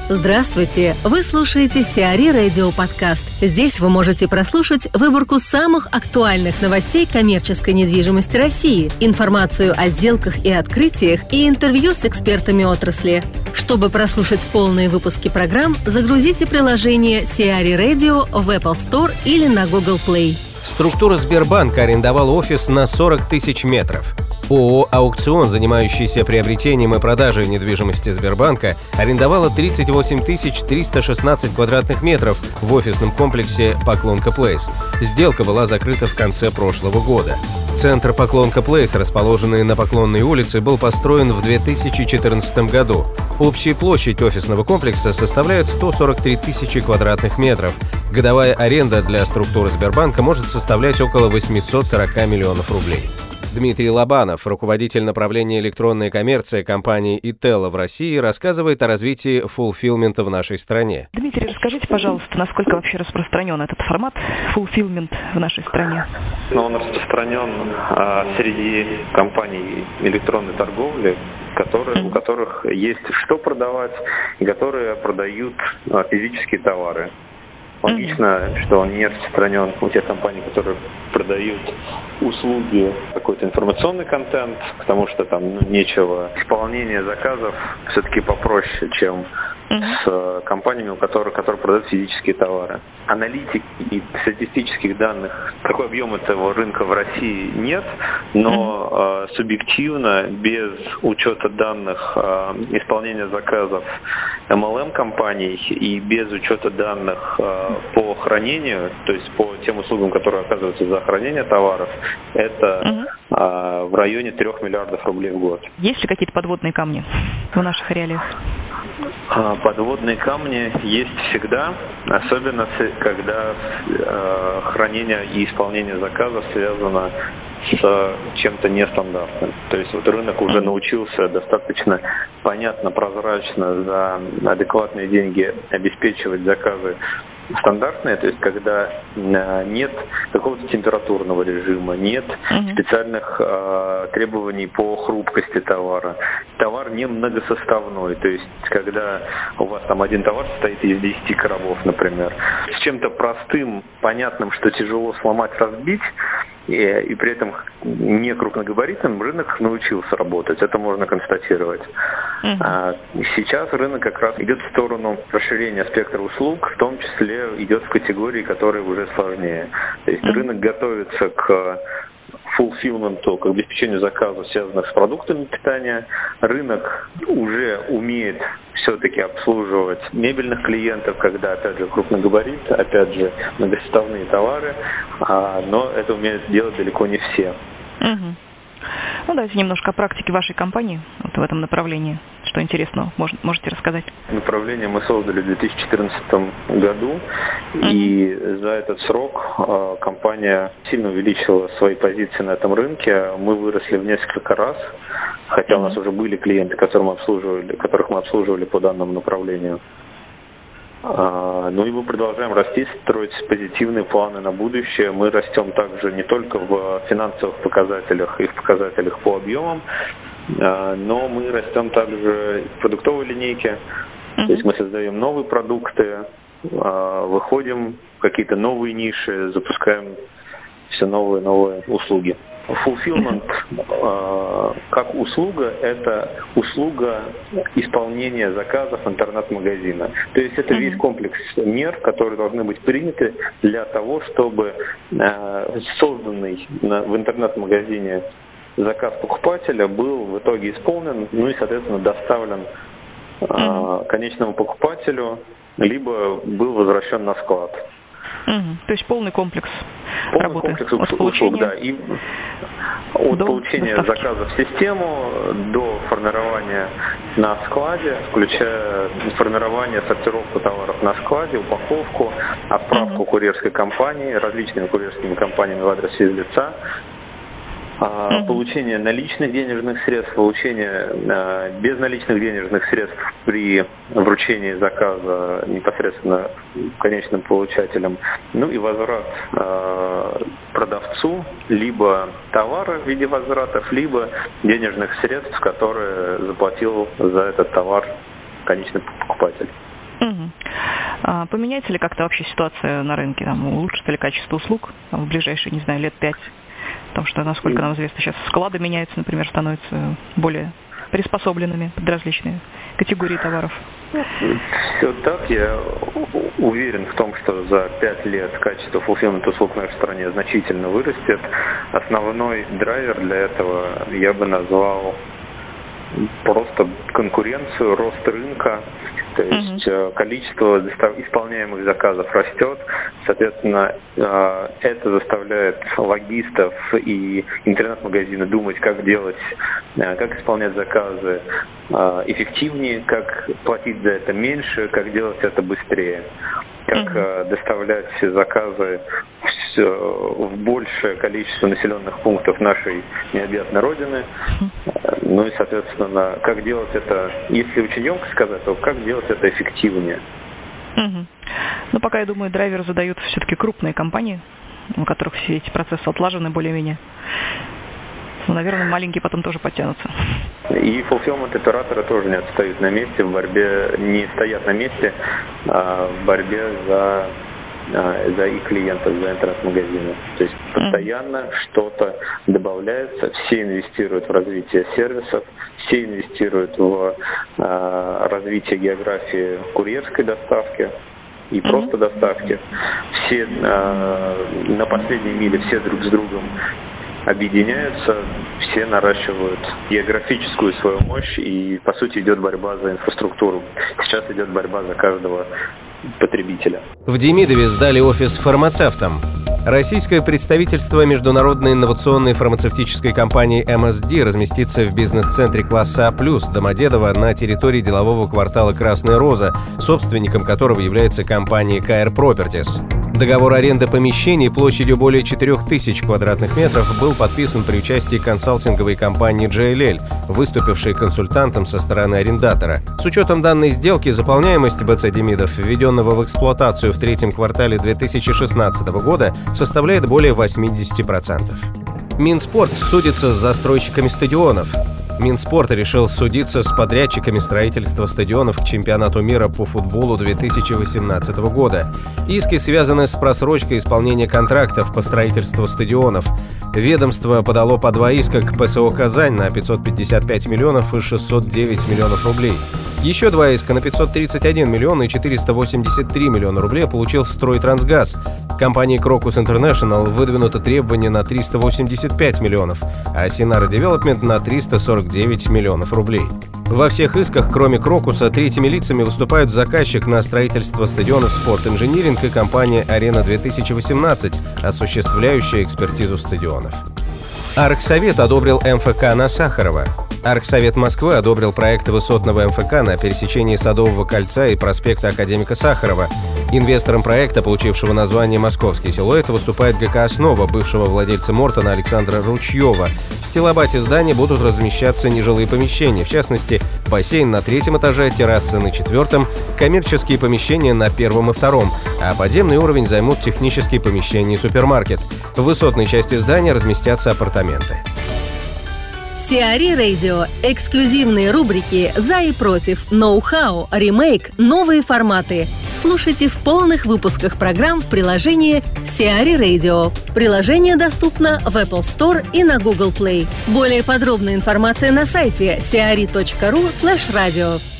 Здравствуйте! Вы слушаете Сиари Радио Подкаст. Здесь вы можете прослушать выборку самых актуальных новостей коммерческой недвижимости России, информацию о сделках и открытиях и интервью с экспертами отрасли. Чтобы прослушать полные выпуски программ, загрузите приложение Сиари Radio в Apple Store или на Google Play. Структура Сбербанка арендовала офис на 40 тысяч метров. ООО «Аукцион», занимающийся приобретением и продажей недвижимости Сбербанка, арендовала 38 316 квадратных метров в офисном комплексе «Поклонка Плейс». Сделка была закрыта в конце прошлого года. Центр «Поклонка Плейс», расположенный на Поклонной улице, был построен в 2014 году. Общая площадь офисного комплекса составляет 143 тысячи квадратных метров. Годовая аренда для структуры Сбербанка может составлять около 840 миллионов рублей. Дмитрий Лобанов, руководитель направления электронной коммерции компании Ителла в России, рассказывает о развитии фулфилмента в нашей стране. Дмитрий, расскажите, пожалуйста, насколько вообще распространен этот формат фулфилмент в нашей стране? Он распространен среди компаний электронной торговли, у которых есть что продавать и которые продают физические товары. Логично, что он не распространен у тех компаний, которые продают услуги, какой-то информационный контент, потому что там нечего. Исполнение заказов все-таки попроще, чем с компаниями, которые продают физические товары. Аналитики и статистических данных, какой объем этого рынка в России нет, но субъективно, без учета данных исполнения заказов MLM-компаний и без учета данных по хранению, то есть по тем услугам, которые оказываются за хранение товаров, это в районе 3 миллиардов рублей в год. Есть ли какие-то подводные камни в наших реалиях? Подводные камни есть всегда, особенно когда хранение и исполнение заказов связано с чем-то нестандартным. То есть вот рынок уже научился достаточно понятно, прозрачно за адекватные деньги обеспечивать заказы стандартные, то есть когда нет какого-то температурного режима, нет специальных требований по хрупкости товара. Товар не многосоставной, то есть когда у вас там один товар состоит из 10 коробов, например, с чем-то простым, понятным, что тяжело сломать, разбить, и при этом не крупногабаритным, рынок научился работать, это можно констатировать. Сейчас рынок как раз идет в сторону расширения спектра услуг, в том числе идет в категории, которые уже сложнее. То есть рынок готовится к фулфилменту, к обеспечению заказов, связанных с продуктами питания. Рынок уже умеет все-таки обслуживать мебельных клиентов, когда, опять же, крупногабарит, опять же, многосоставные товары, но это умеют делать далеко не все. Ну, давайте немножко о практике вашей компании вот в этом направлении. Что интересного можете рассказать? Направление мы создали в 2014 году, и за этот срок компания сильно увеличила свои позиции на этом рынке. Мы выросли в несколько раз, хотя у нас уже были клиенты, которых мы обслуживали по данному направлению. Ну и мы продолжаем расти, строить позитивные планы на будущее. Мы растем также не только в финансовых показателях и в показателях по объемам, но мы растем также в продуктовой линейке. То есть мы создаем новые продукты, выходим в какие-то новые ниши, запускаем все новые и новые услуги. Fulfillment как услуга – это услуга исполнения заказов интернет-магазина. То есть это весь комплекс мер, которые должны быть приняты для того, чтобы созданный в интернет-магазине заказ покупателя был в итоге исполнен, ну и, соответственно, доставлен конечному покупателю, либо был возвращен на склад. То есть полный комплекс работы. Полный комплекс услуг, да. И от получения заказа в систему до формирования на складе, включая формирование, сортировку товаров на складе, упаковку, отправку курьерской компании, различными курьерскими компаниями в адрес физлица, получение наличных денежных средств, получение безналичных денежных средств при вручении заказа непосредственно конечным получателям, ну и возврат продавцу либо товара в виде возвратов, либо денежных средств, которые заплатил за этот товар конечный покупатель. Поменяется ли как-то вообще ситуация на рынке? Улучшится ли качество услуг в ближайшие, не знаю, лет 5? Потому что, насколько нам известно, сейчас склады меняются, например, становятся более приспособленными под различные категории товаров. Все так. Я уверен в том, что за 5 лет качество fulfillment услуг в нашей стране значительно вырастет. Основной драйвер для этого я бы назвал просто конкуренцию, рост рынка. То есть количество исполняемых заказов растет, соответственно, это заставляет логистов и интернет-магазины думать, как исполнять заказы эффективнее, как платить за это меньше, как делать это быстрее, как доставлять заказы в большее количество населенных пунктов нашей необъятной Родины. Ну и, соответственно, как делать это, если очень емко сказать, то как делать это эффективнее. Ну, пока, я думаю, драйвер задают все-таки крупные компании, у которых все эти процессы отлажены более-менее. Ну, наверное, маленькие потом тоже подтянутся. И fulfillment-операторы тоже не отстают на месте, не стоят на месте, в борьбе за их клиентов, за интернет-магазины. То есть постоянно что-то добавляется, все инвестируют в развитие сервисов, все инвестируют в развитие географии курьерской доставки и просто доставки. Все на последней миле, все друг с другом объединяются, все наращивают географическую свою мощь, и, по сути, идет борьба за инфраструктуру. Сейчас идет борьба за каждого потребителя. В Демидове сдали офис фармацевтам. Российское представительство международной инновационной фармацевтической компании MSD разместится в бизнес-центре класса А+, Домодедово, на территории делового квартала «Красная Роза», собственником которого является компания KR Properties. Договор аренды помещений площадью более 4000 квадратных метров был подписан при участии консалтинговой компании JLL, выступившей консультантом со стороны арендатора. С учетом данной сделки заполняемость БЦ «Демидов», введенного в эксплуатацию в третьем квартале 2016 года, составляет более 80%. Минспорт судится с застройщиками стадионов. Минспорт решил судиться с подрядчиками строительства стадионов к чемпионату мира по футболу 2018 года. Иски связаны с просрочкой исполнения контрактов по строительству стадионов. Ведомство подало по 2 иска к ПСО «Казань» на 555 миллионов и 609 миллионов рублей. Еще 2 иска на 531 миллион и 483 миллиона рублей получил «Стройтрансгаз». Компании «Крокус Интернешнл» выдвинуто требование на 385 миллионов, а «Синара Девелопмент» на 349 миллионов рублей. Во всех исках, кроме «Крокуса», третьими лицами выступают заказчик на строительство стадионов «Спорт-инжиниринг» и компания «Арена-2018», осуществляющая экспертизу стадионов. Аргсовет одобрил МФК на Сахарова. Аргсовет Москвы одобрил проект высотного МФК на пересечении Садового кольца и проспекта Академика Сахарова. Инвестором проекта, получившего название «Московский силуэт», выступает ГК «Основа», бывшего владельца Мортона Александра Ручьева. В стилобате здания будут размещаться нежилые помещения, в частности, бассейн на 3-м этаже, террасы на 4-м, коммерческие помещения на 1-м и 2-м, а подземный уровень займут технические помещения и супермаркет. В высотной части здания разместятся апартаменты. Сиари Радио. Эксклюзивные рубрики «За и против», «Ноу-хау», «Ремейк», «Новые форматы». Слушайте в полных выпусках программ в приложении Сиари Radio. Приложение доступно в Apple Store и на Google Play. Более подробная информация на сайте siari.ru/radio.